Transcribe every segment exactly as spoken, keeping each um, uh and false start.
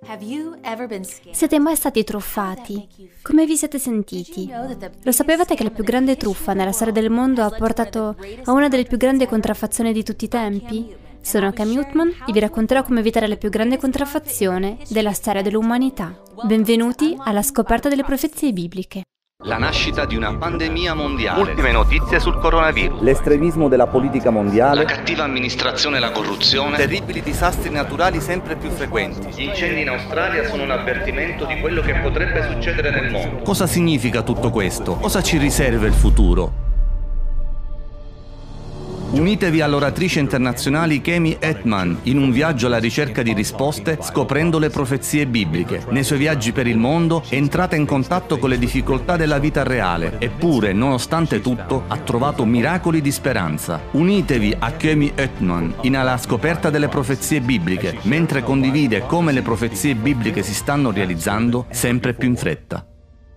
Siete mai stati truffati? Come vi siete sentiti? Lo sapevate che la più grande truffa nella storia del mondo ha portato a una delle più grandi contraffazioni di tutti i tempi? Sono Cami Utman e vi racconterò come evitare la più grande contraffazione della storia dell'umanità. Benvenuti alla scoperta delle profezie bibliche. La nascita di una pandemia mondiale. Ultime notizie sul coronavirus. L'estremismo della politica mondiale. La cattiva amministrazione e la corruzione. Terribili disastri naturali sempre più frequenti. Gli incendi in Australia sono un avvertimento di quello che potrebbe succedere nel mondo. Cosa significa tutto questo? Cosa ci riserva il futuro? Unitevi all'oratrice internazionale Cami Utman in un viaggio alla ricerca di risposte scoprendo le profezie bibliche. Nei suoi viaggi per il mondo entrate in contatto con le difficoltà della vita reale, eppure, nonostante tutto, ha trovato miracoli di speranza. Unitevi a Cami Utman in alla scoperta delle profezie bibliche, mentre condivide come le profezie bibliche si stanno realizzando sempre più in fretta.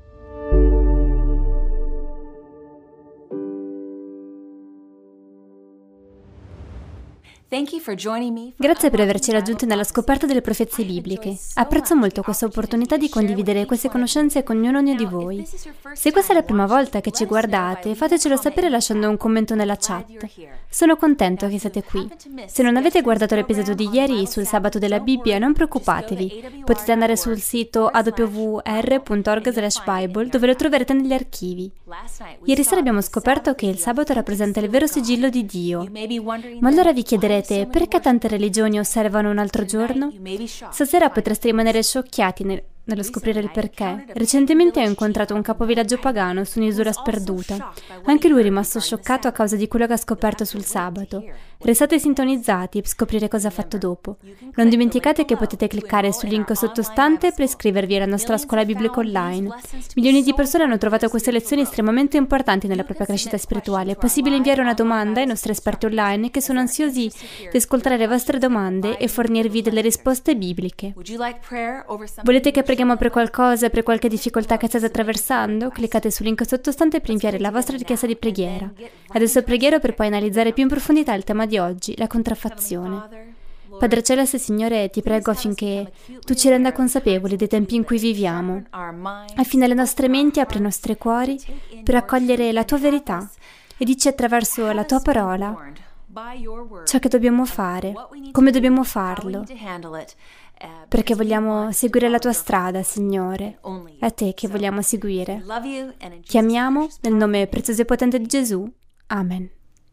Grazie per averci raggiunti nella scoperta delle profezie bibliche. Apprezzo molto questa opportunità di condividere queste conoscenze con ognuno di voi. Se questa è la prima volta che ci guardate, fatecelo sapere lasciando un commento nella chat. Sono contento che siete qui. Se non avete guardato l'episodio di ieri sul sabato della Bibbia, non preoccupatevi. Potete andare sul sito a w r punto org slash bible dove lo troverete negli archivi. Ieri sera abbiamo scoperto che il sabato rappresenta il vero sigillo di Dio. Ma allora vi chiederete: perché tante religioni osservano un altro giorno? Stasera potreste rimanere sciocchiati nel, nello scoprire il perché. Recentemente ho incontrato un capovillaggio pagano su un'isola sperduta. Anche lui è rimasto scioccato a causa di quello che ha scoperto sul sabato. Restate sintonizzati per scoprire cosa ha fatto dopo. Non dimenticate che potete cliccare sul link sottostante per iscrivervi alla nostra scuola biblica online. Milioni di persone hanno trovato queste lezioni estremamente importanti nella propria crescita spirituale. È possibile inviare una domanda ai nostri esperti online che sono ansiosi di ascoltare le vostre domande e fornirvi delle risposte bibliche. Volete che preghiamo per qualcosa, per qualche difficoltà che state attraversando? Cliccate sul link sottostante per inviare la vostra richiesta di preghiera. Adesso pregherò per poi analizzare più in profondità il tema di oggi, la contraffazione. Padre Celeste, Signore, ti prego affinché tu ci renda consapevoli dei tempi in cui viviamo, affina le nostre menti, apri i nostri cuori per accogliere la tua verità e dici attraverso la tua parola ciò che dobbiamo fare, come dobbiamo farlo, perché vogliamo seguire la tua strada, Signore. È a te che vogliamo seguire. Ti amiamo nel nome prezioso e potente di Gesù. Amen.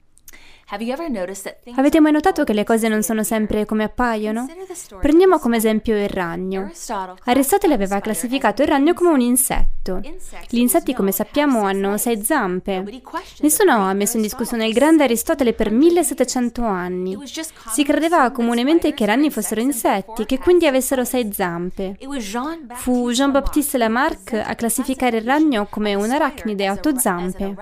Avete mai notato che le cose non sono sempre come appaiono? Prendiamo come esempio il ragno. Aristotele aveva classificato il ragno come un insetto. Gli insetti, come sappiamo, hanno sei zampe. Nessuno ha messo in discussione il grande Aristotele per millesettecento anni. Si credeva comunemente che i ragni fossero insetti e che quindi avessero sei zampe. Fu Jean-Baptiste Lamarck a classificare il ragno come un arachnide a otto zampe.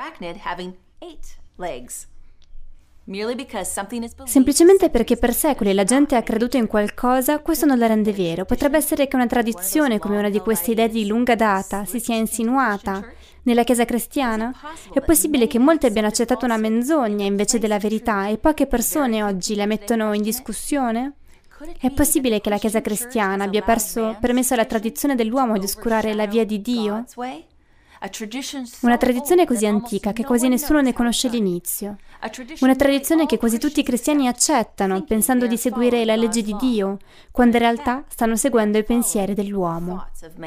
Semplicemente perché per secoli la gente ha creduto in qualcosa, questo non la rende vero. Potrebbe essere che una tradizione come una di queste idee di lunga data si sia insinuata nella Chiesa cristiana? È possibile che molti abbiano accettato una menzogna invece della verità e poche persone oggi la mettono in discussione? È possibile che la Chiesa cristiana abbia perso, permesso alla tradizione dell'uomo di oscurare la via di Dio? Una tradizione così antica che quasi nessuno ne conosce l'inizio. Una tradizione che quasi tutti i cristiani accettano, pensando di seguire la legge di Dio, quando in realtà stanno seguendo i pensieri dell'uomo.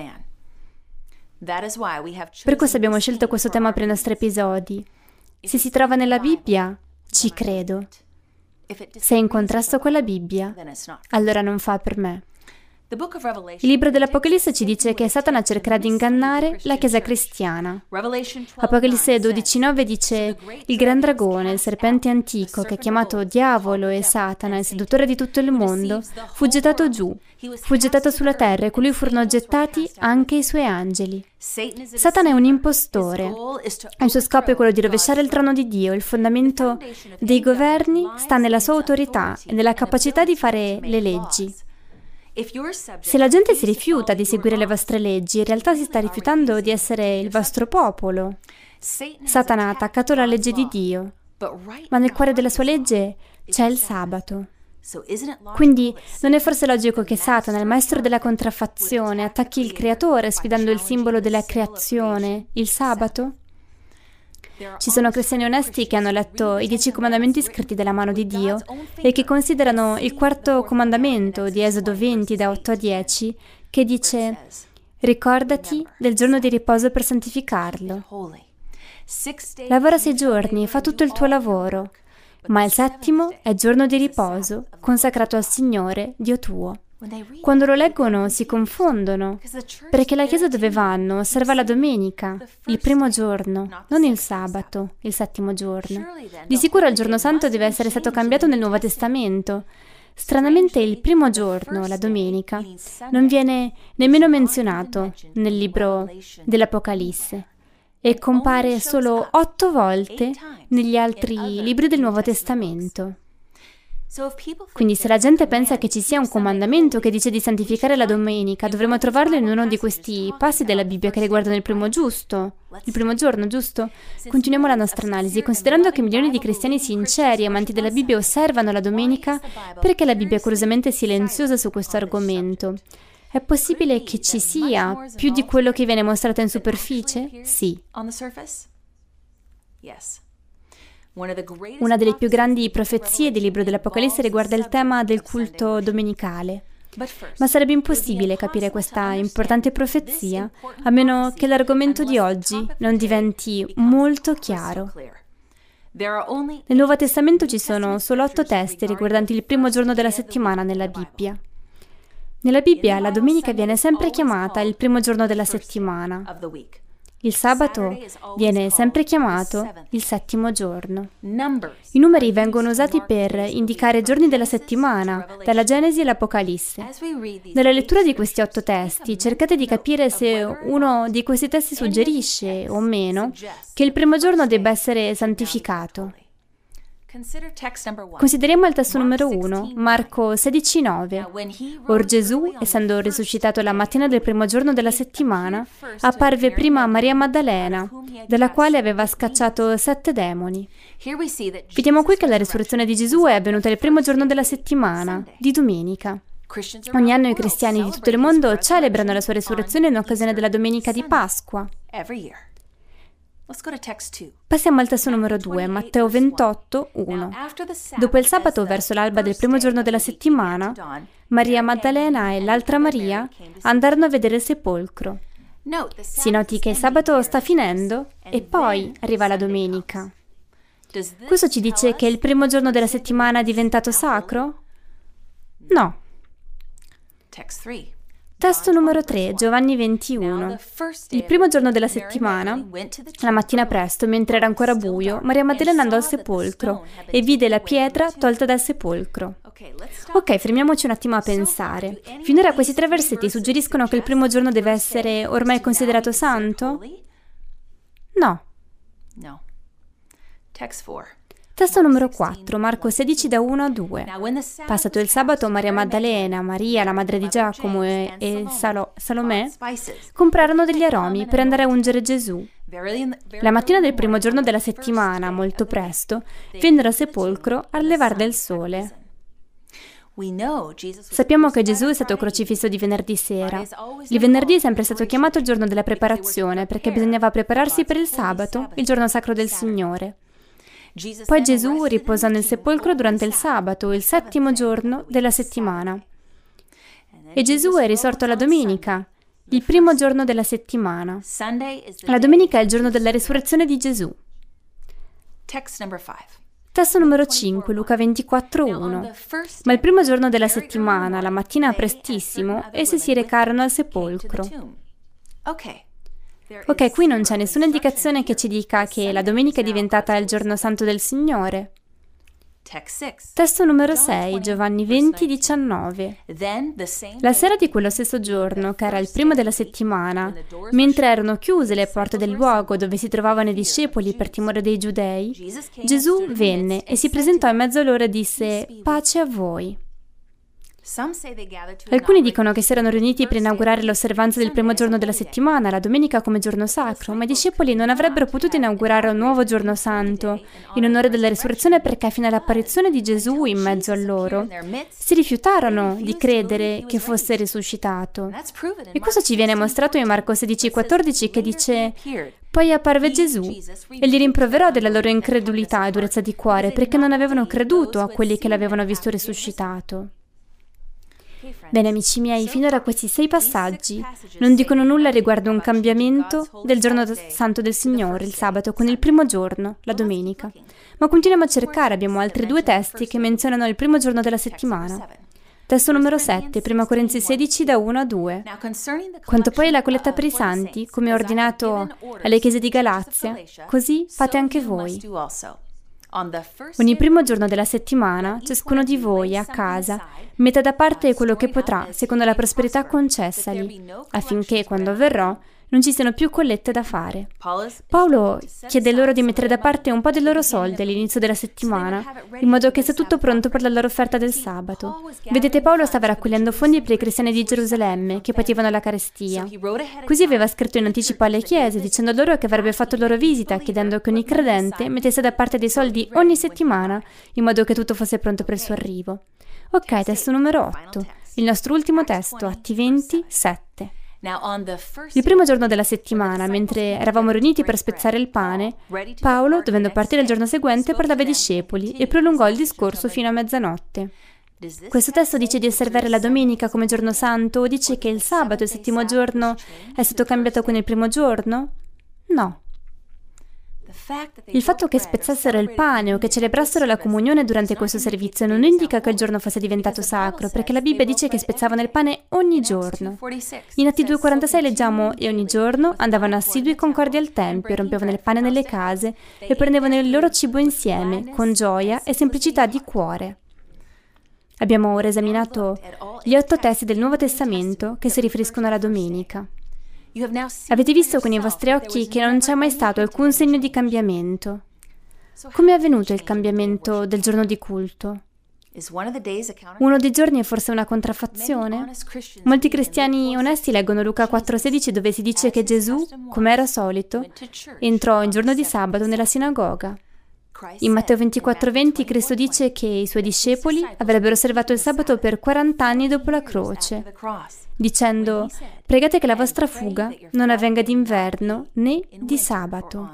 Per questo abbiamo scelto questo tema per i nostri episodi. Se si trova nella Bibbia, ci credo. Se è in contrasto con la Bibbia, allora non fa per me. Il libro dell'Apocalisse ci dice che Satana cercherà di ingannare la Chiesa cristiana. Apocalisse dodici nove dice: il gran dragone, il serpente antico, che è chiamato Diavolo e Satana, il seduttore di tutto il mondo, fu gettato giù, fu gettato sulla terra e con lui furono gettati anche i suoi angeli. Satana è un impostore. Il suo scopo è quello di rovesciare il trono di Dio. Il fondamento dei governi sta nella sua autorità e nella capacità di fare le leggi. Se la gente si rifiuta di seguire le vostre leggi, in realtà si sta rifiutando di essere il vostro popolo. Satana ha attaccato la legge di Dio, ma nel cuore della sua legge c'è il sabato. Quindi non è forse logico che Satana, il maestro della contraffazione, attacchi il creatore sfidando il simbolo della creazione, il sabato? Ci sono cristiani onesti che hanno letto i dieci comandamenti scritti dalla mano di Dio e che considerano il quarto comandamento di Esodo venti da otto a dieci che dice: ricordati del giorno di riposo per santificarlo. Lavora sei giorni e fa tutto il tuo lavoro, ma il settimo è giorno di riposo, consacrato al Signore, Dio tuo. Quando lo leggono si confondono, perché la chiesa dove vanno osserva la domenica, il primo giorno, non il sabato, il settimo giorno. Di sicuro il giorno santo deve essere stato cambiato nel Nuovo Testamento. Stranamente il primo giorno, la domenica, non viene nemmeno menzionato nel libro dell'Apocalisse e compare solo otto volte negli altri libri del Nuovo Testamento. Quindi se la gente pensa che ci sia un comandamento che dice di santificare la domenica, dovremmo trovarlo in uno di questi passi della Bibbia che riguardano il primo giusto, il primo giorno, giusto? Continuiamo la nostra analisi, considerando che milioni di cristiani sinceri, amanti della Bibbia, osservano la domenica, perché la Bibbia è curiosamente silenziosa su questo argomento. È possibile che ci sia più di quello che viene mostrato in superficie? Sì. Una delle più grandi profezie del libro dell'Apocalisse riguarda il tema del culto domenicale. Ma sarebbe impossibile capire questa importante profezia a meno che l'argomento di oggi non diventi molto chiaro. Nel Nuovo Testamento ci sono solo otto testi riguardanti il primo giorno della settimana nella Bibbia. Nella Bibbia la domenica viene sempre chiamata il primo giorno della settimana. Il sabato viene sempre chiamato il settimo giorno. I numeri vengono usati per indicare giorni della settimana, dalla Genesi all'Apocalisse. Nella lettura di questi otto testi, cercate di capire se uno di questi testi suggerisce o meno che il primo giorno debba essere santificato. Consideriamo il testo numero uno, Marco sedici nove. Or Gesù, essendo risuscitato la mattina del primo giorno della settimana, apparve prima a Maria Maddalena, dalla quale aveva scacciato sette demoni. Vediamo qui che la risurrezione di Gesù è avvenuta il primo giorno della settimana, di domenica. Ogni anno i cristiani di tutto il mondo celebrano la sua risurrezione in occasione della domenica di Pasqua. Passiamo al testo numero due, Matteo ventotto uno. Dopo il sabato, verso l'alba del primo giorno della settimana, Maria Maddalena e l'altra Maria andarono a vedere il sepolcro. Si noti che il sabato sta finendo e poi arriva la domenica. Questo ci dice che il primo giorno della settimana è diventato sacro? No. Testo numero tre, Giovanni ventuno. Il primo giorno della settimana, la mattina presto, mentre era ancora buio, Maria Maddalena andò al sepolcro e vide la pietra tolta dal sepolcro. Ok, fermiamoci un attimo a pensare. Finora questi tre versetti suggeriscono che il primo giorno deve essere ormai considerato santo? No. Testo numero quattro, Marco sedici da uno a due. Passato il sabato, Maria Maddalena, Maria, la madre di Giacomo e, e Salo, Salomè comprarono degli aromi per andare a ungere Gesù. La mattina del primo giorno della settimana, molto presto, vennero al sepolcro al levar del sole. Sappiamo che Gesù è stato crocifisso di venerdì sera. Il venerdì è sempre stato chiamato il giorno della preparazione perché bisognava prepararsi per il sabato, il giorno sacro del Signore. Poi Gesù riposò nel sepolcro durante il sabato, il settimo giorno della settimana. E Gesù è risorto la domenica, il primo giorno della settimana. La domenica è il giorno della risurrezione di Gesù. Testo numero cinque, Luca ventiquattro uno. Ma il primo giorno della settimana, la mattina prestissimo, essi si recarono al sepolcro. Ok, qui non c'è nessuna indicazione che ci dica che la domenica è diventata il giorno santo del Signore. Testo numero sei, Giovanni venti diciannove. La sera di quello stesso giorno, che era il primo della settimana, mentre erano chiuse le porte del luogo dove si trovavano i discepoli per timore dei giudei, Gesù venne e si presentò in mezzo a loro e disse: pace a voi. Alcuni dicono che si erano riuniti per inaugurare l'osservanza del primo giorno della settimana, la domenica come giorno sacro, ma i discepoli non avrebbero potuto inaugurare un nuovo giorno santo in onore della risurrezione perché fino all'apparizione di Gesù in mezzo a loro si rifiutarono di credere che fosse risuscitato. E questo ci viene mostrato in Marco sedici quattordici che dice: poi apparve Gesù e li rimproverò della loro incredulità e durezza di cuore perché non avevano creduto a quelli che l'avevano visto risuscitato. Bene, amici miei, finora questi sei passaggi non dicono nulla riguardo un cambiamento del giorno santo del Signore, il sabato, con il primo giorno, la domenica. Ma continuiamo a cercare, abbiamo altri due testi che menzionano il primo giorno della settimana. Testo numero sette, prima Corinzi sedici, da uno a due. Quanto poi alla colletta per i santi, come ordinato alle chiese di Galazia, così fate anche voi. Ogni primo giorno della settimana, ciascuno di voi a casa metta da parte quello che potrà, secondo la prosperità concessagli, affinché, quando avverrò, non ci siano più collette da fare. Paolo chiede loro di mettere da parte un po' dei loro soldi all'inizio della settimana, in modo che sia tutto pronto per la loro offerta del sabato. Vedete, Paolo stava raccogliendo fondi per i cristiani di Gerusalemme che pativano la carestia. Così aveva scritto in anticipo alle chiese, dicendo loro che avrebbe fatto loro visita, chiedendo che ogni credente mettesse da parte dei soldi ogni settimana, in modo che tutto fosse pronto per il suo arrivo. Ok, testo numero otto. Il nostro ultimo testo, Atti venti, sette. Il primo giorno della settimana, mentre eravamo riuniti per spezzare il pane, Paolo, dovendo partire il giorno seguente, parlava ai discepoli e prolungò il discorso fino a mezzanotte. Questo testo dice di osservare la domenica come giorno santo o dice che il sabato, il settimo giorno, è stato cambiato con il primo giorno? No. Il fatto che spezzassero il pane o che celebrassero la comunione durante questo servizio non indica che il giorno fosse diventato sacro, perché la Bibbia dice che spezzavano il pane ogni giorno. In Atti due quarantasei leggiamo: e ogni giorno andavano assidui e concordi al tempio, rompevano il pane nelle case e prendevano il loro cibo insieme, con gioia e semplicità di cuore. Abbiamo ora esaminato gli otto testi del Nuovo Testamento che si riferiscono alla domenica. Avete visto con i vostri occhi che non c'è mai stato alcun segno di cambiamento. Come è avvenuto il cambiamento del giorno di culto? Uno dei giorni è forse una contraffazione? Molti cristiani onesti leggono Luca quattro sedici, dove si dice che Gesù, come era solito, entrò il giorno di sabato nella sinagoga. In Matteo ventiquattro venti Cristo dice che i suoi discepoli avrebbero osservato il sabato per quaranta anni dopo la croce, dicendo: pregate che la vostra fuga non avvenga d'inverno né di sabato.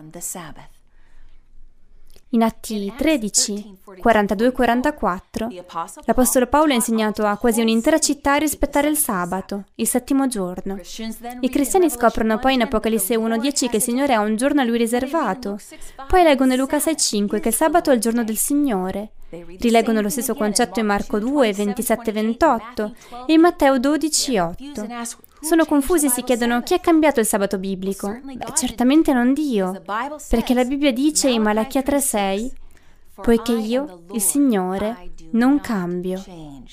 In Atti tredici, quarantadue e quarantaquattro, l'Apostolo Paolo ha insegnato a quasi un'intera città a rispettare il sabato, il settimo giorno. I cristiani scoprono poi in Apocalisse uno dieci che il Signore ha un giorno a lui riservato. Poi leggono in Luca sei cinque che il sabato è il giorno del Signore. Rileggono lo stesso concetto in Marco due, ventisette ventotto e in Matteo dodici otto. Sono confusi e si chiedono: chi ha cambiato il sabato biblico? Beh, certamente non Dio, perché la Bibbia dice in Malachia tre sei: poiché io, il Signore, non cambio.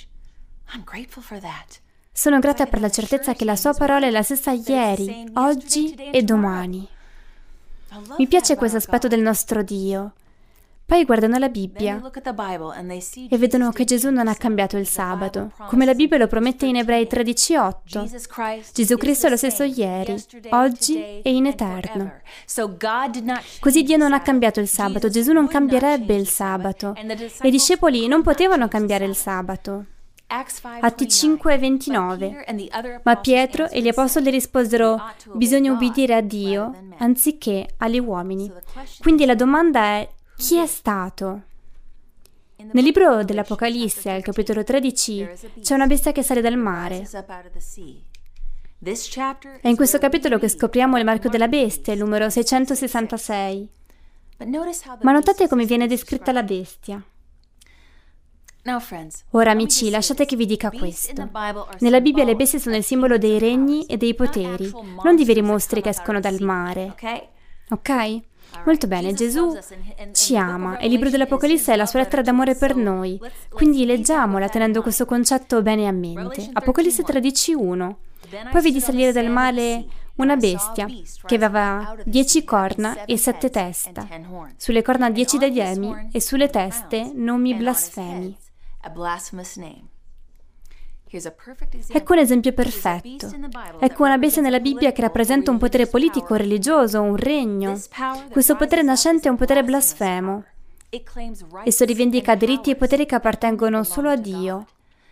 Sono grata per la certezza che la sua parola è la stessa ieri, oggi e domani. Mi piace questo aspetto del nostro Dio. Poi guardano la Bibbia e vedono che Gesù non ha cambiato il sabato, come la Bibbia lo promette in Ebrei tredici otto. Gesù Cristo è lo stesso ieri, oggi e in eterno. Così Dio non ha cambiato il sabato, Gesù non cambierebbe il sabato e i discepoli non potevano cambiare il sabato. Atti cinque ventinove. Ma Pietro e gli apostoli risposero: bisogna ubbidire a Dio anziché agli uomini. Quindi la domanda è: chi è stato? Nel libro dell'Apocalisse, al capitolo tredici, c'è una bestia che sale dal mare. È in questo capitolo che scopriamo il marchio della bestia, il numero seicentosessantasei. Ma notate come viene descritta la bestia. Ora, amici, lasciate che vi dica questo. Nella Bibbia le bestie sono il simbolo dei regni e dei poteri, non di veri mostri che escono dal mare. Ok? Molto bene, Gesù ci ama e il libro dell'Apocalisse è la sua lettera d'amore per noi, quindi leggiamola tenendo questo concetto bene a mente. Apocalisse tredici uno. Poi vidi salire dal mare una bestia che aveva dieci corna e sette testa, sulle corna dieci diademi e sulle teste nomi blasfemi. Ecco un esempio perfetto. Ecco una bestia nella Bibbia che rappresenta un potere politico, religioso, un regno. Questo potere nascente è un potere blasfemo. Esso rivendica diritti e poteri che appartengono solo a Dio.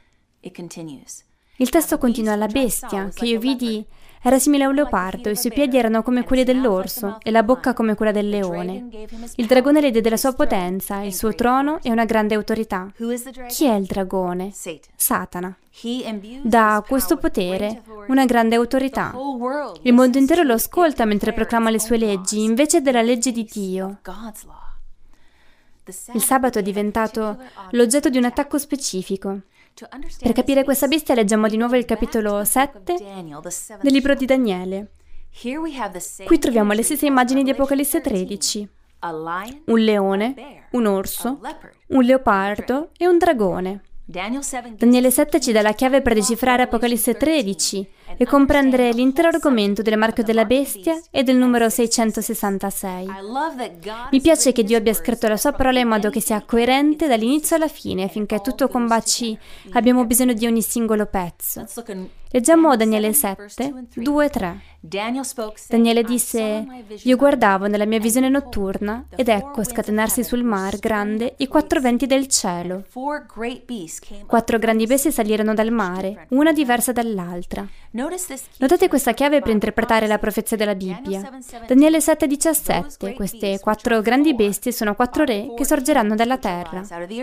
Il testo continua: la bestia, che io vidi, era simile a un leopardo, i suoi piedi erano come quelli dell'orso e la bocca come quella del leone. Il dragone le diede la sua potenza, il suo trono e una grande autorità. Chi è il dragone? Satana. Dà questo potere una grande autorità. Il mondo intero lo ascolta mentre proclama le sue leggi, invece della legge di Dio. Il sabato è diventato l'oggetto di un attacco specifico. Per capire questa bestia leggiamo di nuovo il capitolo sette del libro di Daniele. Qui troviamo le stesse immagini di Apocalisse tredici. Un leone, un orso, un leopardo e un dragone. Daniele sette ci dà la chiave per decifrare Apocalisse tredici e comprendere l'intero argomento del marchio della bestia e del numero seicentosessantasei. Mi piace che Dio abbia scritto la sua parola in modo che sia coerente dall'inizio alla fine, finché tutto combaci abbiamo bisogno di ogni singolo pezzo. Leggiamo Daniele sette, due e tre. Daniele disse: io guardavo nella mia visione notturna ed ecco scatenarsi sul mar grande i quattro venti del cielo. Quattro grandi bestie salirono dal mare, una diversa dall'altra. Notate questa chiave per interpretare la profezia della Bibbia. Daniele sette diciassette. Queste quattro grandi bestie sono quattro re che sorgeranno dalla terra.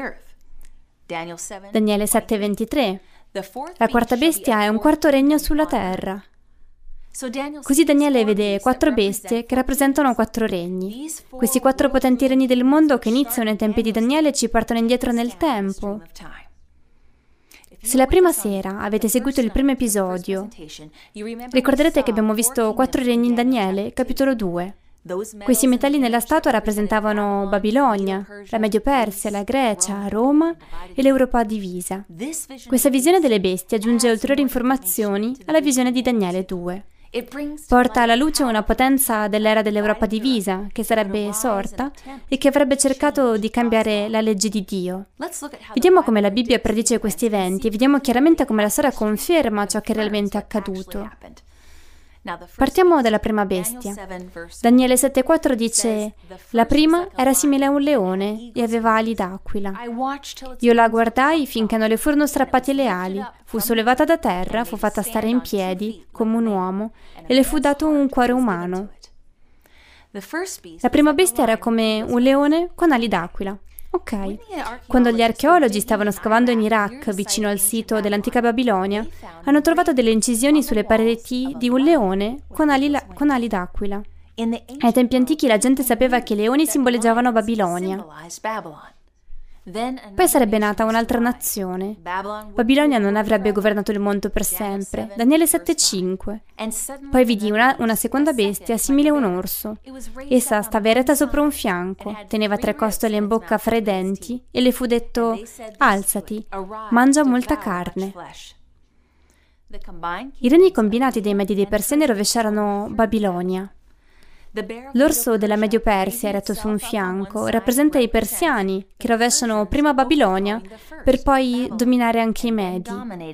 Daniele sette ventitré. La quarta bestia è un quarto regno sulla terra. Così Daniele vede quattro bestie che rappresentano quattro regni. Questi quattro potenti regni del mondo che iniziano ai tempi di Daniele ci portano indietro nel tempo. Se la prima sera avete seguito il primo episodio, ricorderete che abbiamo visto quattro regni in Daniele, capitolo due. Questi metalli nella statua rappresentavano Babilonia, la Medio Persia, la Grecia, Roma e l'Europa divisa. Questa visione delle bestie aggiunge ulteriori informazioni alla visione di Daniele due. Porta alla luce una potenza dell'era dell'Europa divisa, che sarebbe sorta e che avrebbe cercato di cambiare la legge di Dio. Vediamo come la Bibbia predice questi eventi e vediamo chiaramente come la storia conferma ciò che è realmente accaduto. Partiamo dalla prima bestia. Daniele sette quattro dice: la prima era simile a un leone e aveva ali d'aquila. Io la guardai finché non le furono strappate le ali, fu sollevata da terra, fu fatta stare in piedi come un uomo e le fu dato un cuore umano. La prima bestia era come un leone con ali d'aquila. Ok. Quando gli archeologi stavano scavando in Iraq, vicino al sito dell'antica Babilonia, hanno trovato delle incisioni sulle pareti di un leone con ali, la- con ali d'aquila. Ai tempi antichi la gente sapeva che i leoni simboleggiavano Babilonia. Poi sarebbe nata un'altra nazione. Babilonia non avrebbe governato il mondo per sempre. Daniele sette cinque. Poi vidi una, una seconda bestia simile a un orso. Essa stava eretta sopra un fianco, teneva tre costole in bocca fra i denti e le fu detto: alzati, mangia molta carne. I regni combinati dei Medi e dei Persiani rovesciarono Babilonia. L'orso della Medio Persia, eretto su un fianco, rappresenta i persiani, che rovesciano prima Babilonia per poi dominare anche i Medi.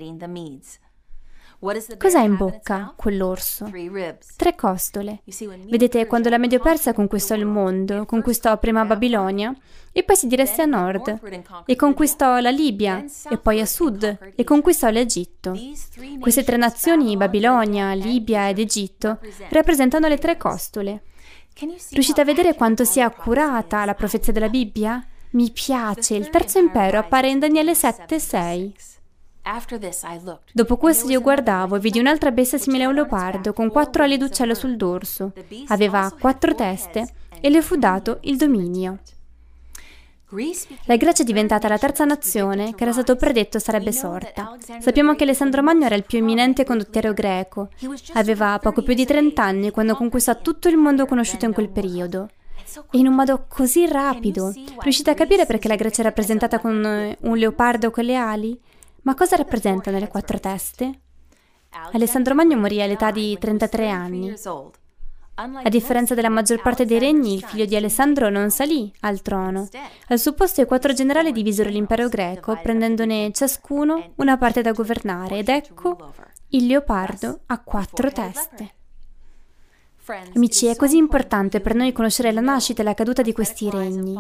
Cos'ha in bocca quell'orso? Tre costole. Vedete, quando la Medio Persia conquistò il mondo, conquistò prima Babilonia e poi si diresse a nord e conquistò la Libia e poi a sud e conquistò l'Egitto. Queste tre nazioni, Babilonia, Libia ed Egitto, rappresentano le tre costole. Riuscite a vedere quanto sia accurata la profezia della Bibbia? Mi piace. Il terzo impero appare in Daniele sette sei. Dopo questo io guardavo e vidi un'altra bestia simile a un leopardo con quattro ali d'uccello sul dorso. Aveva quattro teste e le fu dato il dominio. La Grecia è diventata la terza nazione che era stato predetto sarebbe sorta. Sappiamo che Alessandro Magno era il più eminente condottiero greco. Aveva poco più di trenta anni quando conquistò tutto il mondo conosciuto in quel periodo. E in un modo così rapido. Riuscite a capire perché la Grecia è rappresentata con un leopardo con le ali? Ma cosa rappresentano le quattro teste? Alessandro Magno morì all'età di trentatré anni. A differenza della maggior parte dei regni, il figlio di Alessandro non salì al trono. Al suo posto i quattro generali divisero l'impero greco, prendendone ciascuno una parte da governare, ed ecco il leopardo ha quattro teste. Amici, è così importante per noi conoscere la nascita e la caduta di questi regni.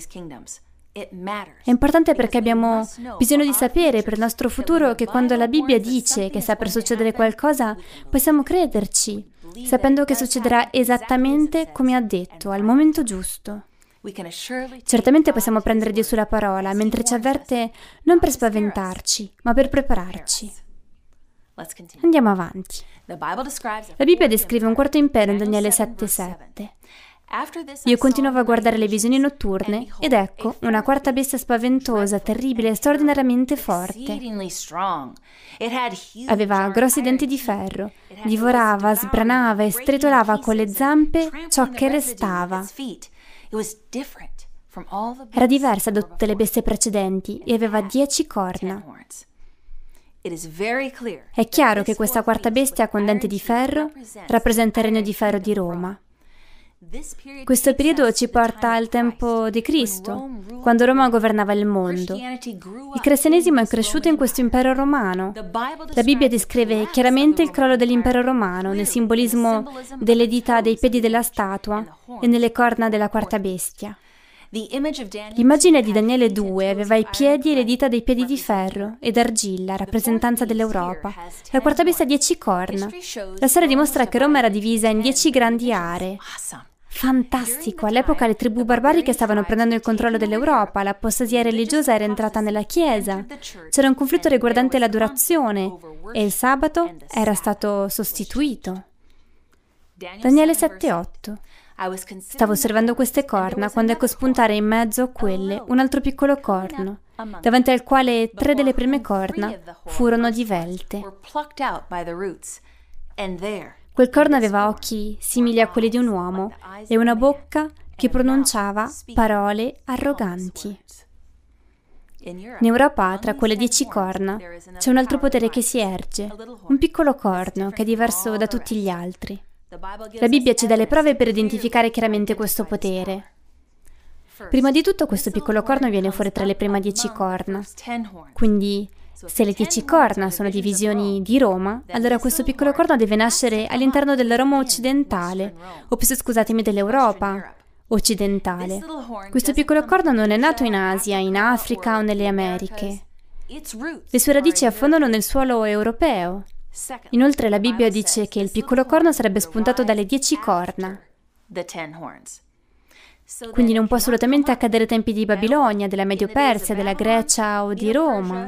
È importante perché abbiamo bisogno di sapere per il nostro futuro che quando la Bibbia dice che sta per succedere qualcosa, possiamo crederci, sapendo che succederà esattamente come ha detto, al momento giusto. Certamente possiamo prendere Dio sulla parola, mentre ci avverte non per spaventarci, ma per prepararci. Andiamo avanti. La Bibbia descrive un quarto impero in Daniele sette sette. Io continuavo a guardare le visioni notturne ed ecco una quarta bestia spaventosa, terribile e straordinariamente forte. Aveva grossi denti di ferro, divorava, sbranava e stritolava con le zampe ciò che restava. Era diversa da tutte le bestie precedenti e aveva dieci corna. È chiaro che questa quarta bestia con denti di ferro rappresenta il regno di ferro di Roma. Questo periodo ci porta al tempo di Cristo, quando Roma governava il mondo. Il cristianesimo è cresciuto in questo impero romano. La Bibbia descrive chiaramente il crollo dell'impero romano nel simbolismo delle dita dei piedi della statua e nelle corna della quarta bestia. L'immagine di Daniele due aveva i piedi e le dita dei piedi di ferro ed argilla, rappresentanza dell'Europa. La quarta bestia ha dieci corna. La storia dimostra che Roma era divisa in dieci grandi aree. Fantastico! All'epoca le tribù barbariche stavano prendendo il controllo dell'Europa, l'apostasia religiosa era entrata nella Chiesa, c'era un conflitto riguardante l'adorazione e il sabato era stato sostituito. Daniele sette otto. Stavo osservando queste corna quando ecco spuntare in mezzo a quelle un altro piccolo corno, davanti al quale tre delle prime corna furono divelte. Quel corno aveva occhi simili a quelli di un uomo e una bocca che pronunciava parole arroganti. In Europa, tra quelle dieci corna, c'è un altro potere che si erge, un piccolo corno che è diverso da tutti gli altri. La Bibbia ci dà le prove per identificare chiaramente questo potere. Prima di tutto questo piccolo corno viene fuori tra le prime dieci corna. Quindi, se le dieci corna sono divisioni di Roma, allora questo piccolo corno deve nascere all'interno della Roma occidentale, o più scusatemi dell'Europa occidentale. Questo piccolo corno non è nato in Asia, in Africa o nelle Americhe. Le sue radici affondano nel suolo europeo. Inoltre la Bibbia dice che il piccolo corno sarebbe spuntato dalle dieci corna. Quindi non può assolutamente accadere ai tempi di Babilonia, della Medio Persia, della Grecia o di Roma.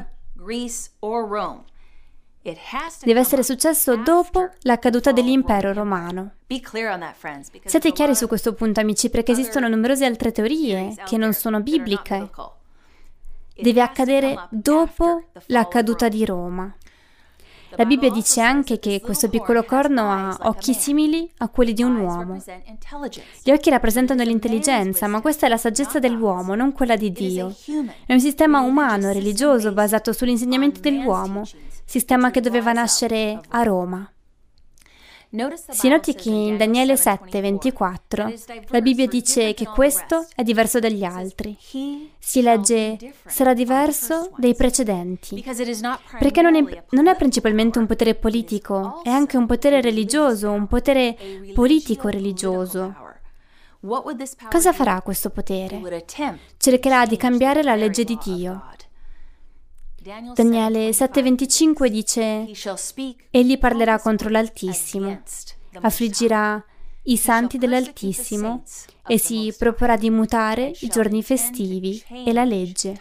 Deve essere successo dopo la caduta dell'impero romano. Siate chiari su questo punto, amici, perché esistono numerose altre teorie che non sono bibliche. Deve accadere dopo la caduta di Roma. La Bibbia dice anche che questo piccolo corno ha occhi simili a quelli di un uomo. Gli occhi rappresentano l'intelligenza, ma questa è la saggezza dell'uomo, non quella di Dio. È un sistema umano, religioso, basato sugli insegnamenti dell'uomo, sistema che doveva nascere a Roma. Si noti che in Daniele sette ventiquattro la Bibbia dice che questo è diverso dagli altri. Si legge sarà diverso dai precedenti, perché non è, non è principalmente un potere politico, è anche un potere religioso, un potere politico-religioso. Cosa farà questo potere? Cercherà di cambiare la legge di Dio. Daniele sette venticinque dice: Egli parlerà contro l'Altissimo, affliggirà i santi dell'Altissimo e si proporrà di mutare i giorni festivi e la legge.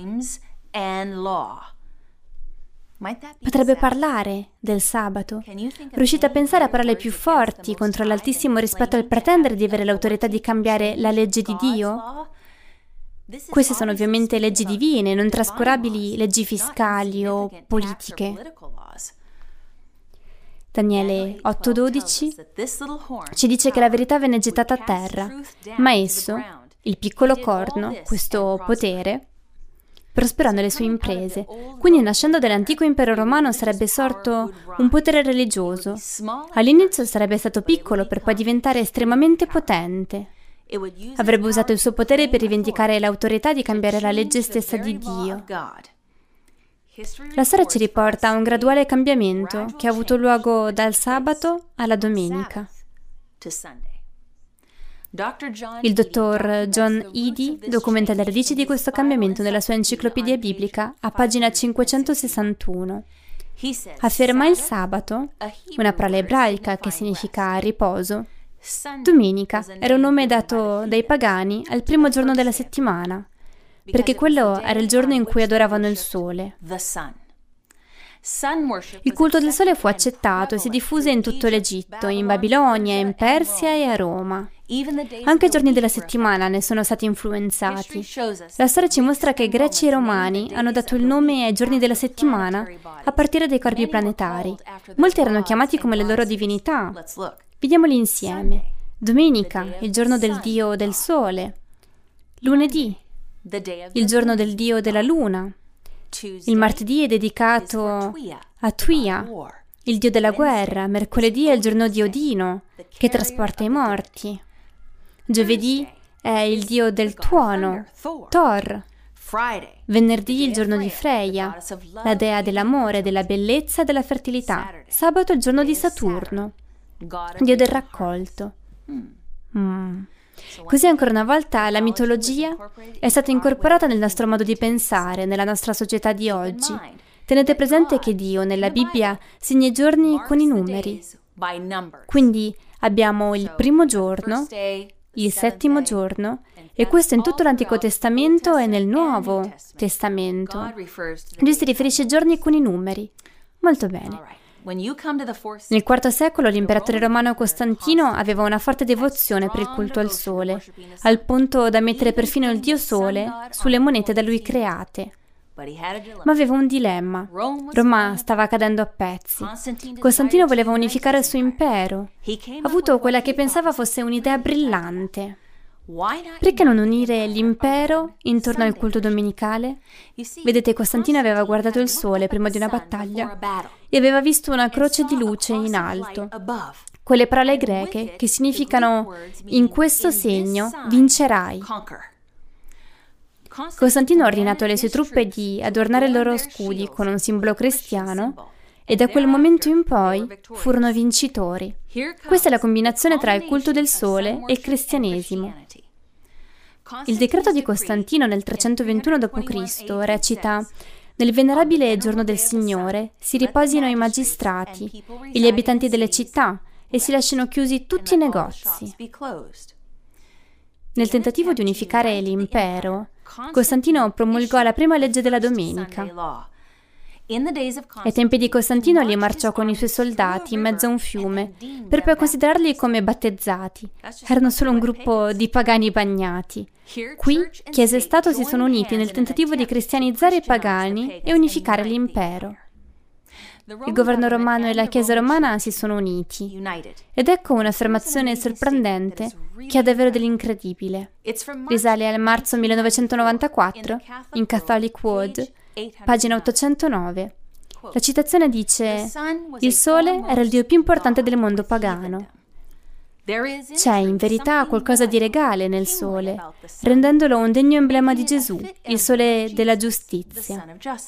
Potrebbe parlare del sabato. Riuscite a pensare a parole più forti contro l'Altissimo rispetto al pretendere di avere l'autorità di cambiare la legge di Dio? Queste sono ovviamente leggi divine, non trascurabili leggi fiscali o politiche. Daniele otto dodici ci dice che la verità venne gettata a terra, ma esso, il piccolo corno, questo potere, prosperò nelle sue imprese. Quindi, nascendo dall'antico impero romano, sarebbe sorto un potere religioso. All'inizio sarebbe stato piccolo per poi diventare estremamente potente. Avrebbe usato il suo potere per rivendicare l'autorità di cambiare la legge stessa di Dio. La storia ci riporta a un graduale cambiamento che ha avuto luogo dal sabato alla domenica. Il dottor John Eadie documenta le radici di questo cambiamento nella sua enciclopedia biblica a pagina cinquecentosessantuno. Afferma il sabato, una parola ebraica che significa riposo. Domenica era un nome dato dai pagani al primo giorno della settimana, perché quello era il giorno in cui adoravano il sole. Il culto del sole fu accettato e si diffuse in tutto l'Egitto, in Babilonia, in Persia e a Roma. Anche i giorni della settimana ne sono stati influenzati. La storia ci mostra che Greci e Romani hanno dato il nome ai giorni della settimana a partire dai corpi planetari. Molti erano chiamati come le loro divinità. Vediamoli insieme. Domenica, il giorno del dio del sole. Lunedì, il giorno del dio della luna. Il martedì è dedicato a Tuia, il dio della guerra. Mercoledì è il giorno di Odino, che trasporta i morti. Giovedì è il dio del tuono, Thor. Venerdì il giorno di Freya, la dea dell'amore, della bellezza e della fertilità. Sabato è il giorno di Saturno, dio del raccolto. Mm. Così ancora una volta la mitologia è stata incorporata nel nostro modo di pensare, nella nostra società di oggi. Tenete presente che Dio nella Bibbia segna i giorni con i numeri. Quindi abbiamo il primo giorno, il settimo giorno, e questo in tutto l'Antico Testamento e nel Nuovo Testamento. Dio si riferisce ai giorni con i numeri. Molto bene. Nel quarto secolo l'imperatore romano Costantino aveva una forte devozione per il culto al sole, al punto da mettere perfino il dio sole sulle monete da lui create. Ma aveva un dilemma. Roma stava cadendo a pezzi. Costantino voleva unificare il suo impero. Ha avuto quella che pensava fosse un'idea brillante. Perché non unire l'impero intorno al culto domenicale? Vedete, Costantino aveva guardato il sole prima di una battaglia e aveva visto una croce di luce in alto. Quelle parole greche che significano in questo segno vincerai. Costantino ha ordinato alle sue truppe di adornare i loro scudi con un simbolo cristiano e da quel momento in poi furono vincitori. Questa è la combinazione tra il culto del sole e il cristianesimo. Il decreto di Costantino nel trecentoventuno dopo Cristo recita: nel venerabile giorno del Signore si riposino i magistrati e gli abitanti delle città e si lasciano chiusi tutti i negozi. Nel tentativo di unificare l'impero, Costantino promulgò la prima legge della domenica. Ai tempi di Costantino li marciò con i suoi soldati in mezzo a un fiume, per poi considerarli come battezzati. Erano solo un gruppo di pagani bagnati. Qui Chiesa e Stato si sono uniti nel tentativo di cristianizzare i pagani e unificare l'impero. Il governo romano e la Chiesa romana si sono uniti. Ed ecco un'affermazione sorprendente che ha davvero dell'incredibile. Risale al marzo millenovecentonovantaquattro in Catholic World, pagina ottocentonove. La citazione dice: il sole era il dio più importante del mondo pagano. C'è in verità qualcosa di regale nel sole, rendendolo un degno emblema di Gesù, il sole della giustizia.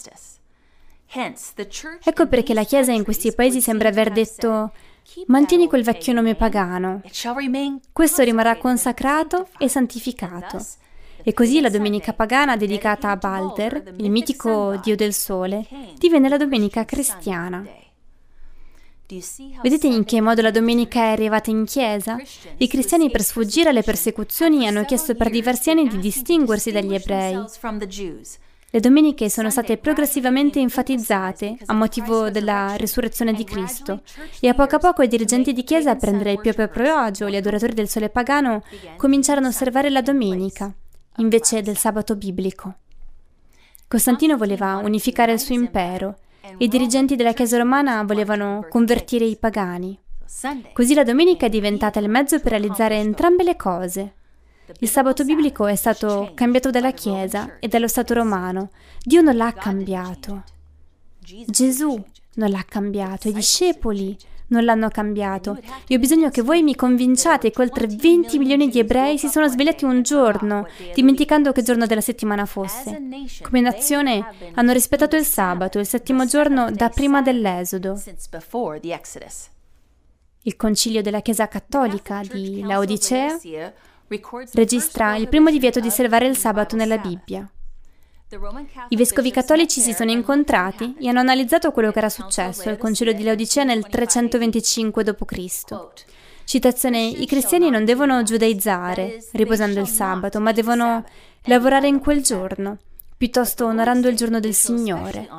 Ecco perché la Chiesa in questi paesi sembra aver detto: mantieni quel vecchio nome pagano, questo rimarrà consacrato e santificato. E così la domenica pagana dedicata a Balder, il mitico dio del sole, divenne la domenica cristiana. Vedete in che modo la domenica è arrivata in chiesa? I cristiani, per sfuggire alle persecuzioni, hanno chiesto per diversi anni di distinguersi dagli ebrei. Le domeniche sono state progressivamente enfatizzate a motivo della risurrezione di Cristo e a poco a poco i dirigenti di chiesa, a prendere il proprio proprio, gli adoratori del sole pagano, cominciarono a osservare la domenica invece del sabato biblico. Costantino voleva unificare il suo impero e i dirigenti della Chiesa romana volevano convertire i pagani. Così la domenica è diventata il mezzo per realizzare entrambe le cose. Il sabato biblico è stato cambiato dalla Chiesa e dallo Stato romano. Dio non l'ha cambiato. Gesù non l'ha cambiato, i discepoli non l'hanno cambiato. Io ho bisogno che voi mi convinciate che oltre venti milioni di ebrei si sono svegliati un giorno, dimenticando che giorno della settimana fosse. Come nazione hanno rispettato il sabato, il settimo giorno da prima dell'Esodo. Il Concilio della Chiesa Cattolica di Laodicea registra il primo divieto di osservare il sabato nella Bibbia. I vescovi cattolici si sono incontrati e hanno analizzato quello che era successo al Concilio di Laodicea nel trecentoventicinque dopo Cristo Citazione: i cristiani non devono giudaizzare, riposando il sabato, ma devono lavorare in quel giorno, piuttosto onorando il giorno del Signore.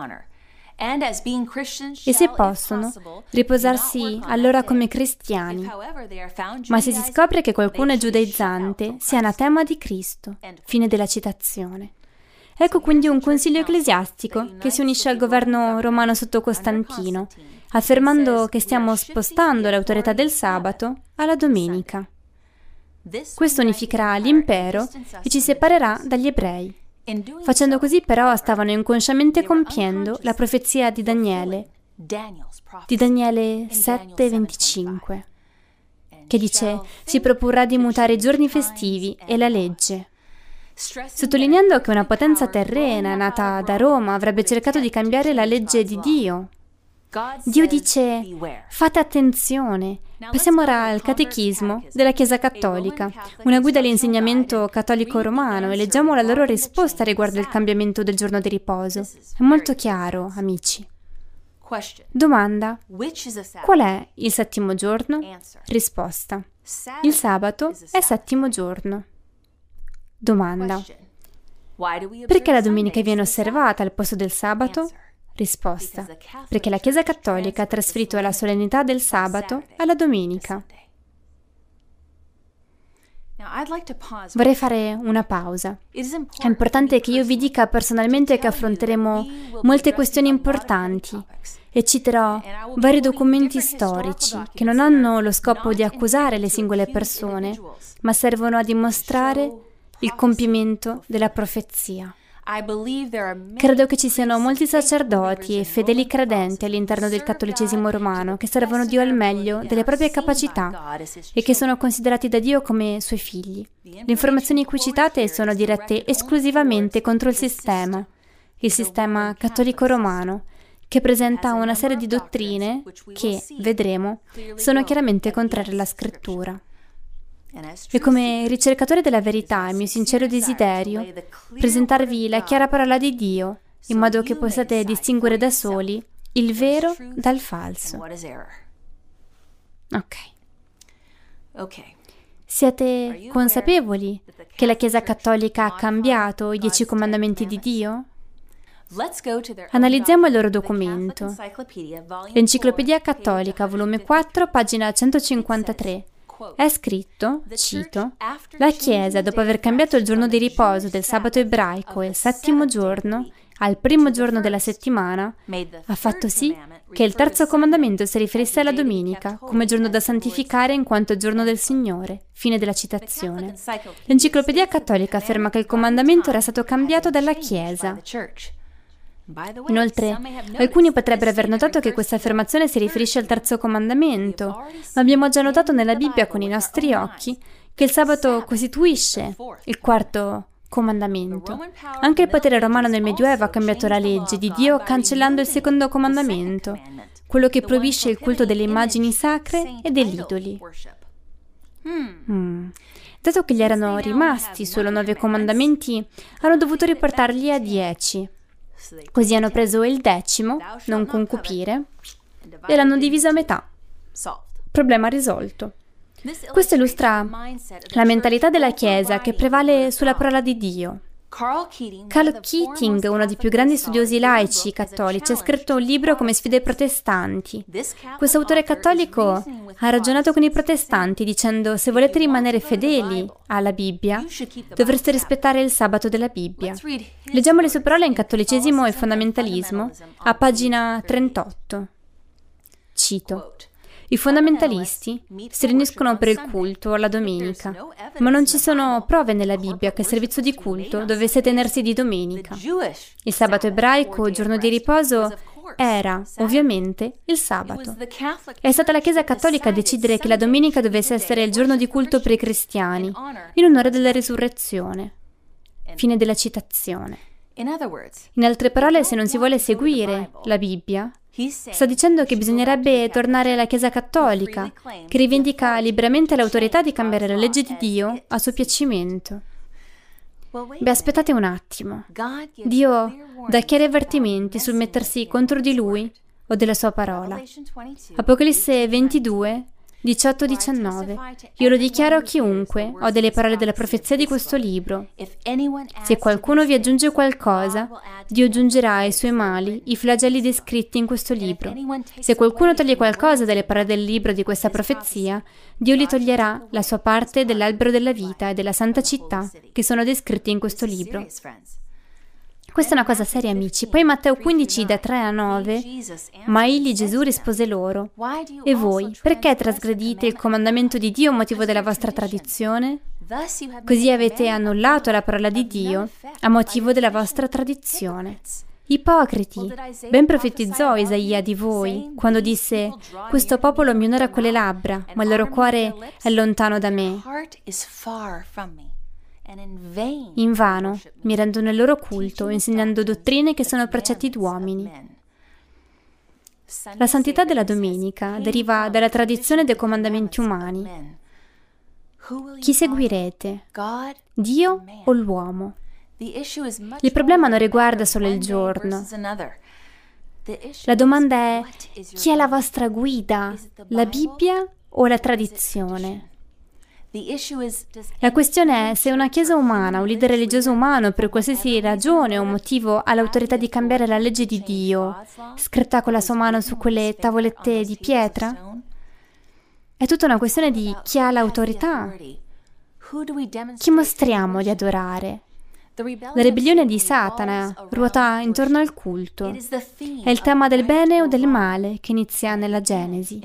E se possono, riposarsi allora come cristiani. Ma se si scopre che qualcuno è giudaizzante, sia anatema di Cristo. Fine della citazione. Ecco quindi un consiglio ecclesiastico che si unisce al governo romano sotto Costantino, affermando che stiamo spostando l'autorità del sabato alla domenica. Questo unificherà l'impero e ci separerà dagli ebrei. Facendo così però stavano inconsciamente compiendo la profezia di Daniele, di Daniele sette venticinque, che dice: si proporrà di mutare i giorni festivi e la legge. Sottolineando che una potenza terrena nata da Roma avrebbe cercato di cambiare la legge di Dio. Dio dice: fate attenzione. Passiamo ora al Catechismo della Chiesa Cattolica, una guida all'insegnamento cattolico romano, e leggiamo la loro risposta riguardo il cambiamento del giorno di riposo. È molto chiaro, amici. Domanda: qual è il settimo giorno? Risposta: il sabato è settimo giorno. Domanda: perché la domenica viene osservata al posto del sabato? Risposta: perché la Chiesa Cattolica ha trasferito la solennità del sabato alla domenica. Vorrei fare una pausa. È importante che io vi dica personalmente che affronteremo molte questioni importanti e citerò vari documenti storici che non hanno lo scopo di accusare le singole persone, ma servono a dimostrare il compimento della profezia. Credo che ci siano molti sacerdoti e fedeli credenti all'interno del cattolicesimo romano che servono Dio al meglio delle proprie capacità e che sono considerati da Dio come suoi figli. Le informazioni qui citate sono dirette esclusivamente contro il sistema, il sistema cattolico romano, che presenta una serie di dottrine che, vedremo, sono chiaramente contrarie alla Scrittura. E come ricercatore della verità è mio sincero desiderio presentarvi la chiara parola di Dio, in modo che possiate distinguere da soli il vero dal falso. Ok. Siete consapevoli che la Chiesa Cattolica ha cambiato i dieci comandamenti di Dio? Analizziamo il loro documento. L'Enciclopedia Cattolica, volume quattro, pagina centocinquantatré. È scritto, cito: la Chiesa, dopo aver cambiato il giorno di riposo del sabato ebraico e il settimo giorno al primo giorno della settimana, ha fatto sì che il terzo comandamento si riferisse alla domenica come giorno da santificare in quanto giorno del Signore. Fine della citazione. L'Enciclopedia Cattolica afferma che il comandamento era stato cambiato dalla Chiesa. Inoltre, alcuni potrebbero aver notato che questa affermazione si riferisce al terzo comandamento, ma abbiamo già notato nella Bibbia con i nostri occhi che il sabato costituisce il quarto comandamento. Anche il potere romano nel Medioevo ha cambiato la legge di Dio cancellando il secondo comandamento, quello che proibisce il culto delle immagini sacre e degli idoli. Hmm. Dato che gli erano rimasti solo nove comandamenti, hanno dovuto riportarli a dieci. Così hanno preso il decimo, non concupire, e l'hanno diviso a metà. Problema risolto. Questo illustra la mentalità della Chiesa che prevale sulla parola di Dio. Carl Keating, uno dei più grandi studiosi laici cattolici, ha scritto un libro come sfida ai protestanti. Questo autore cattolico ha ragionato con i protestanti dicendo: se volete rimanere fedeli alla Bibbia, dovreste rispettare il sabato della Bibbia. Leggiamo le sue parole in Cattolicesimo e Fondamentalismo, a pagina trentotto. Cito: I fondamentalisti si riuniscono per il culto alla domenica, ma non ci sono prove nella Bibbia che il servizio di culto dovesse tenersi di domenica. Il sabato ebraico, giorno di riposo, era, ovviamente, il sabato. È stata la Chiesa Cattolica a decidere che la domenica dovesse essere il giorno di culto per i cristiani, in onore della risurrezione. Fine della citazione. In altre parole, se non si vuole seguire la Bibbia, sta dicendo che bisognerebbe tornare alla Chiesa Cattolica, che rivendica liberamente l'autorità di cambiare la legge di Dio a suo piacimento. Beh, aspettate un attimo. Dio dà chiari avvertimenti sul mettersi contro di Lui o della Sua parola. Apocalisse ventidue, diciotto diciannove. Io lo dichiaro a chiunque ho delle parole della profezia di questo libro. Se qualcuno vi aggiunge qualcosa, Dio aggiungerà ai suoi mali i flagelli descritti in questo libro. Se qualcuno toglie qualcosa dalle parole del libro di questa profezia, Dio gli toglierà la sua parte dell'albero della vita e della santa città che sono descritti in questo libro. Questa è una cosa seria, amici. Poi Matteo quindici, da tre a nove, ma egli, Gesù, rispose loro: e voi, perché trasgredite il comandamento di Dio a motivo della vostra tradizione? Così avete annullato la parola di Dio a motivo della vostra tradizione. Ipocriti, ben profetizzò Isaia di voi, quando disse: questo popolo mi onora con le labbra, ma il loro cuore è lontano da me. Invano mi rendono il loro culto, insegnando dottrine che sono precetti d'uomini. La santità della domenica deriva dalla tradizione dei comandamenti umani. Chi seguirete? Dio o l'uomo? Il problema non riguarda solo il giorno. La domanda è: chi è la vostra guida? La Bibbia o la tradizione? La questione è se una chiesa umana, un leader religioso umano, per qualsiasi ragione o motivo, ha l'autorità di cambiare la legge di Dio, scritta con la sua mano su quelle tavolette di pietra? È tutta una questione di chi ha l'autorità. Chi mostriamo di adorare? La ribellione di Satana ruota intorno al culto. È il tema del bene o del male che inizia nella Genesi.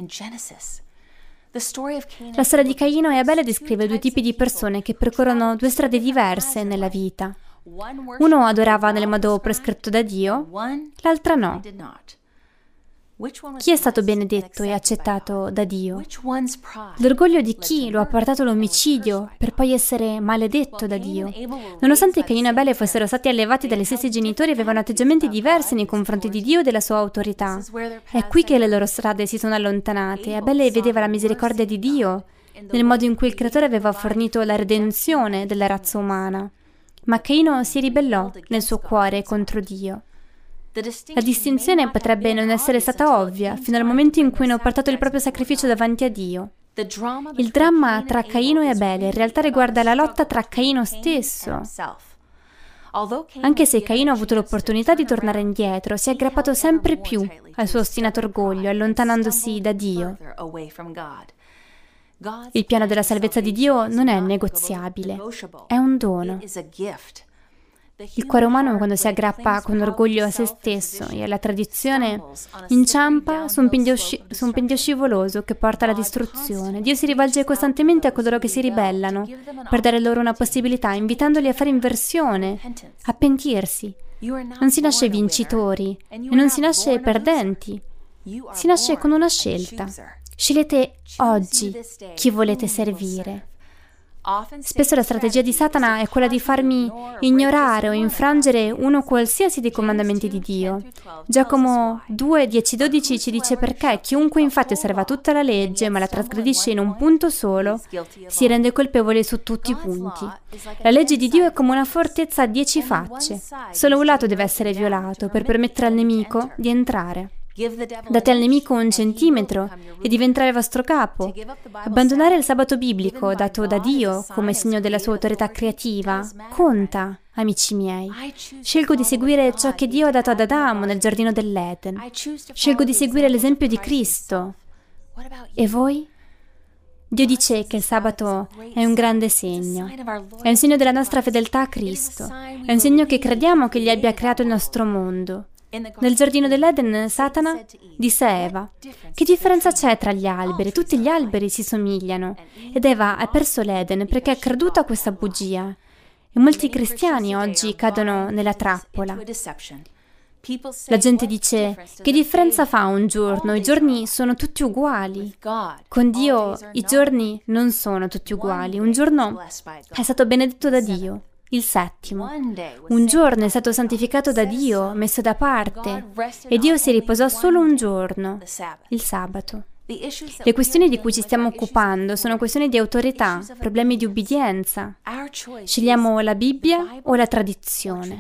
La storia di Caino e Abele descrive due tipi di persone che percorrono due strade diverse nella vita. Uno adorava nel modo prescritto da Dio, l'altra no. Chi è stato benedetto e accettato da Dio? L'orgoglio di chi lo ha portato all'omicidio per poi essere maledetto da Dio. Nonostante Caino e Abele fossero stati allevati dagli stessi genitori, avevano atteggiamenti diversi nei confronti di Dio e della sua autorità. È qui che le loro strade si sono allontanate. Abele vedeva la misericordia di Dio nel modo in cui il Creatore aveva fornito la redenzione della razza umana. Ma Caino si ribellò nel suo cuore contro Dio. La distinzione potrebbe non essere stata ovvia fino al momento in cui hanno portato il proprio sacrificio davanti a Dio. Il dramma tra Caino e Abele in realtà riguarda la lotta tra Caino stesso. Anche se Caino ha avuto l'opportunità di tornare indietro, si è aggrappato sempre più al suo ostinato orgoglio, allontanandosi da Dio. Il piano della salvezza di Dio non è negoziabile, è un dono. Il cuore umano, quando si aggrappa con orgoglio a se stesso e alla tradizione, inciampa su un pendio, sci- su un pendio scivoloso che porta alla distruzione. Dio si rivolge costantemente a coloro che si ribellano per dare loro una possibilità, invitandoli a fare inversione, a pentirsi. Non si nasce vincitori e non si nasce perdenti. Si nasce con una scelta. Scegliete oggi chi volete servire. Spesso la strategia di Satana è quella di farmi ignorare o infrangere uno qualsiasi dei comandamenti di Dio. Giacomo due, dieci, dodici ci dice perché chiunque infatti osserva tutta la legge ma la trasgredisce in un punto solo si rende colpevole su tutti i punti. La legge di Dio è come una fortezza a dieci facce. Solo un lato deve essere violato per permettere al nemico di entrare. Date al nemico un centimetro e diventerà il vostro capo. Abbandonare il sabato biblico dato da Dio come segno della sua autorità creativa conta, amici miei. Scelgo di seguire ciò che Dio ha dato ad Adamo nel giardino dell'Eden. Scelgo di seguire l'esempio di Cristo. E voi? Dio dice che il sabato è un grande segno. È un segno della nostra fedeltà a Cristo. È un segno che crediamo che Egli abbia creato il nostro mondo. Nel giardino dell'Eden, Satana disse a Eva: «Che differenza c'è tra gli alberi? Tutti gli alberi si somigliano». Ed Eva ha perso l'Eden perché è creduta a questa bugia. E molti cristiani oggi cadono nella trappola. La gente dice: «Che differenza fa un giorno? I giorni sono tutti uguali». Con Dio i giorni non sono tutti uguali. Un giorno è stato benedetto da Dio, il settimo. Un giorno è stato santificato da Dio, messo da parte, e Dio si riposò solo un giorno, il sabato. Le questioni di cui ci stiamo occupando sono questioni di autorità, problemi di ubbidienza. Scegliamo la Bibbia o la tradizione?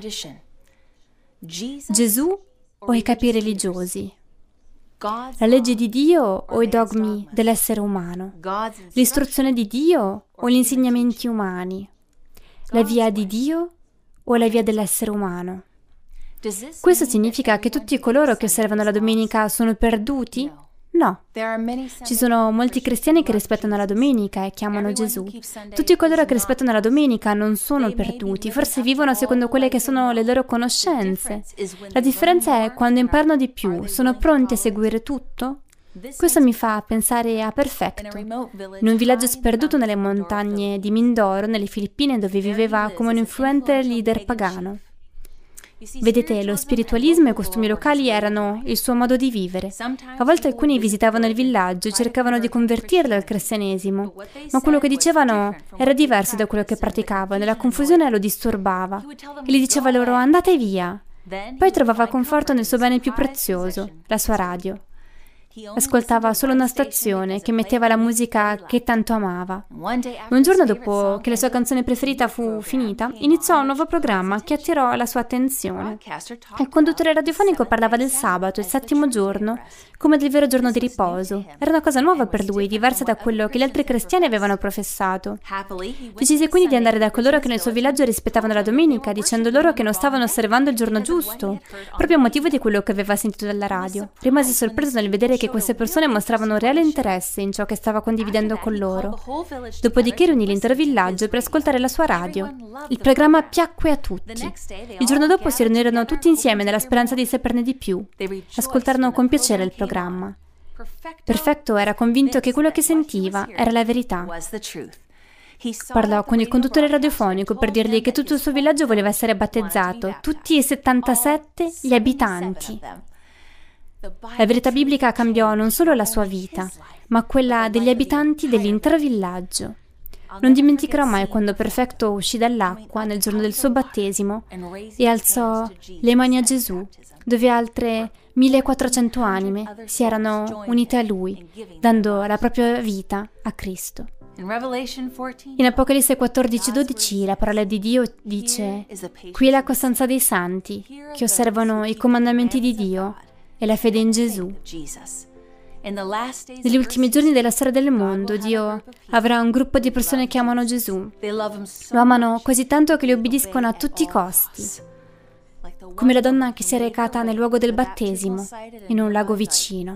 Gesù o i capi religiosi? La legge di Dio o i dogmi dell'essere umano? L'istruzione di Dio o gli insegnamenti umani? La via di Dio o la via dell'essere umano? Questo significa che tutti coloro che osservano la domenica sono perduti? No. Ci sono molti cristiani che rispettano la domenica e chiamano Gesù. Tutti coloro che rispettano la domenica non sono perduti, forse vivono secondo quelle che sono le loro conoscenze. La differenza è quando imparano di più, sono pronti a seguire tutto? Questo mi fa pensare a Perfetto, in un villaggio sperduto nelle montagne di Mindoro, nelle Filippine, dove viveva come un influente leader pagano. Vedete, lo spiritualismo e i costumi locali erano il suo modo di vivere. A volte alcuni visitavano il villaggio e cercavano di convertirlo al cristianesimo, ma quello che dicevano era diverso da quello che praticavano e la confusione lo disturbava. E gli diceva loro: andate via. Poi trovava conforto nel suo bene più prezioso, la sua radio. Ascoltava solo una stazione che metteva la musica che tanto amava. Un giorno dopo che la sua canzone preferita fu finita, iniziò un nuovo programma che attirò la sua attenzione. Il conduttore radiofonico parlava del sabato, il settimo giorno, come del vero giorno di riposo. Era una cosa nuova per lui, diversa da quello che gli altri cristiani avevano professato. Decise quindi di andare da coloro che nel suo villaggio rispettavano la domenica, dicendo loro che non stavano osservando il giorno giusto, proprio a motivo di quello che aveva sentito dalla radio. Rimase sorpreso nel vedere che che queste persone mostravano reale interesse in ciò che stava condividendo con loro. Dopodiché riunì l'intero villaggio per ascoltare la sua radio. Il programma piacque a tutti. Il giorno dopo si riunirono tutti insieme nella speranza di saperne di più. Ascoltarono con piacere il programma. Perfetto era convinto che quello che sentiva era la verità. Parlò con il conduttore radiofonico per dirgli che tutto il suo villaggio voleva essere battezzato, tutti e settantasette gli abitanti. La verità biblica cambiò non solo la sua vita, ma quella degli abitanti dell'intero villaggio. Non dimenticherò mai quando Perfetto uscì dall'acqua nel giorno del suo battesimo e alzò le mani a Gesù, dove altre millequattrocento anime si erano unite a lui, dando la propria vita a Cristo. In Apocalisse quattordici dodici la parola di Dio dice: «Qui è la costanza dei santi, che osservano i comandamenti di Dio e la fede in Gesù». Negli ultimi giorni della storia del mondo, Dio avrà un gruppo di persone che amano Gesù. Lo amano così tanto che gli obbediscono a tutti i costi, come la donna che si è recata nel luogo del battesimo, in un lago vicino.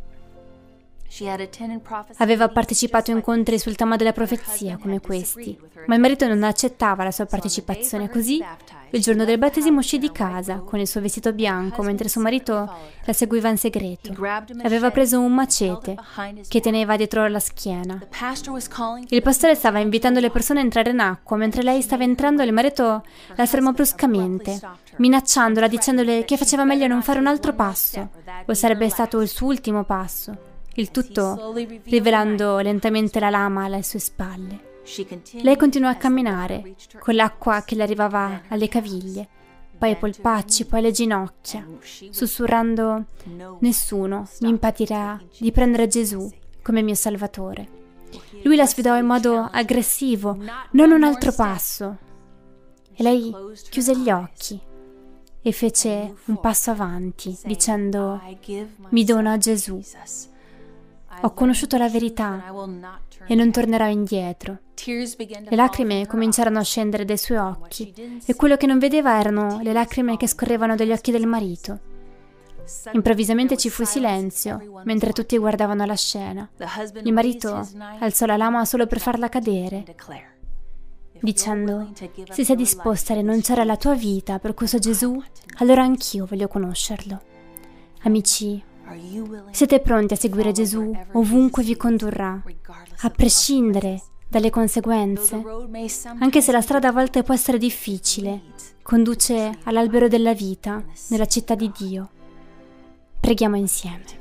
Aveva partecipato a incontri sul tema della profezia come questi, ma il marito non accettava la sua partecipazione, così il giorno del battesimo uscì di casa con il suo vestito bianco mentre suo marito la seguiva in segreto. Aveva preso un macete che teneva dietro la schiena. Il pastore stava invitando le persone a entrare in acqua. Mentre lei stava entrando, il marito la fermò bruscamente, minacciandola, dicendole che faceva meglio non fare un altro passo, o sarebbe stato il suo ultimo passo. Il tutto rivelando lentamente la lama alle sue spalle. Lei continuò a camminare, con l'acqua che le arrivava alle caviglie, poi ai polpacci, poi alle ginocchia, sussurrando: «Nessuno mi impedirà di prendere Gesù come mio Salvatore». Lui la sfidò in modo aggressivo: «Non un altro passo». E lei chiuse gli occhi e fece un passo avanti, dicendo: «Mi dono a Gesù. Ho conosciuto la verità e non tornerò indietro». Le lacrime cominciarono a scendere dai suoi occhi e quello che non vedeva erano le lacrime che scorrevano dagli occhi del marito. Improvvisamente ci fu silenzio mentre tutti guardavano la scena. Il marito alzò la lama solo per farla cadere dicendo: se sei disposta a rinunciare alla tua vita per questo Gesù, allora anch'io voglio conoscerlo. Amici, siete pronti a seguire Gesù ovunque vi condurrà, a prescindere dalle conseguenze? Anche se la strada a volte può essere difficile, conduce all'albero della vita, nella città di Dio. Preghiamo insieme.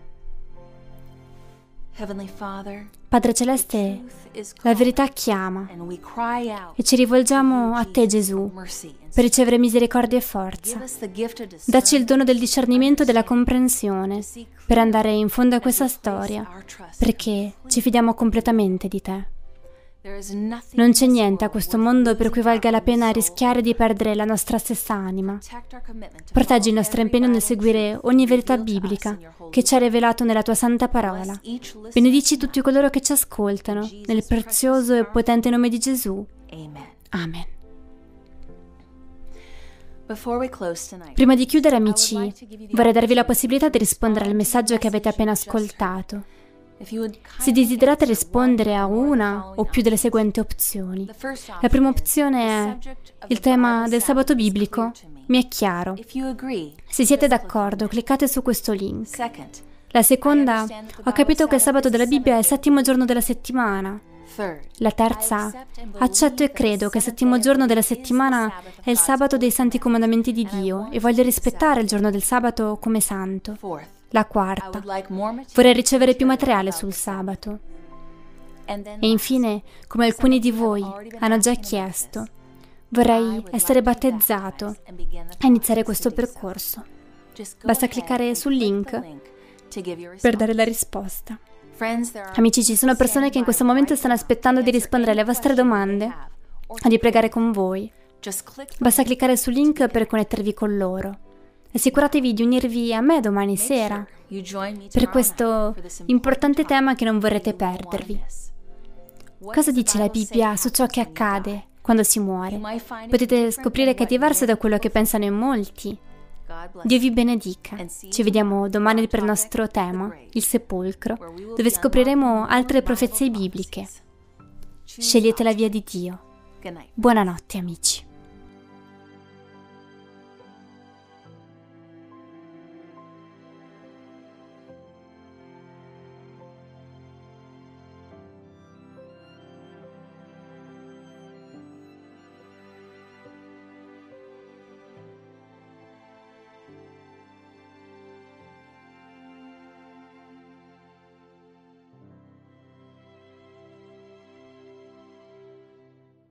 Padre Celeste, la verità chiama e ci rivolgiamo a Te, Gesù, per ricevere misericordia e forza. Dacci il dono del discernimento e della comprensione per andare in fondo a questa storia, perché ci fidiamo completamente di Te. Non c'è niente a questo mondo per cui valga la pena rischiare di perdere la nostra stessa anima. Proteggi il nostro impegno nel seguire ogni verità biblica che ci ha rivelato nella Tua santa parola. Benedici tutti coloro che ci ascoltano, nel prezioso e potente nome di Gesù. Amen. Prima di chiudere, amici, vorrei darvi la possibilità di rispondere al messaggio che avete appena ascoltato. Se desiderate rispondere a una o più delle seguenti opzioni. La prima opzione è: il tema del sabato biblico mi è chiaro. Se siete d'accordo, cliccate su questo link. La seconda: ho capito che il sabato della Bibbia è il settimo giorno della settimana. La terza: accetto e credo che il settimo giorno della settimana è il sabato dei santi comandamenti di Dio e voglio rispettare il giorno del sabato come santo. La quarta: vorrei ricevere più materiale sul sabato. E infine, come alcuni di voi hanno già chiesto, vorrei essere battezzato e iniziare questo percorso. Basta cliccare sul link per dare la risposta. Amici, ci sono persone che in questo momento stanno aspettando di rispondere alle vostre domande o di pregare con voi. Basta cliccare sul link per connettervi con loro. Assicuratevi di unirvi a me domani sera per questo importante tema che non vorrete perdervi. Cosa dice la Bibbia su ciò che accade quando si muore? Potete scoprire che è diverso da quello che pensano in molti. Dio vi benedica. Ci vediamo domani per il nostro tema, il sepolcro, dove scopriremo altre profezie bibliche. Scegliete la via di Dio. Buonanotte, amici.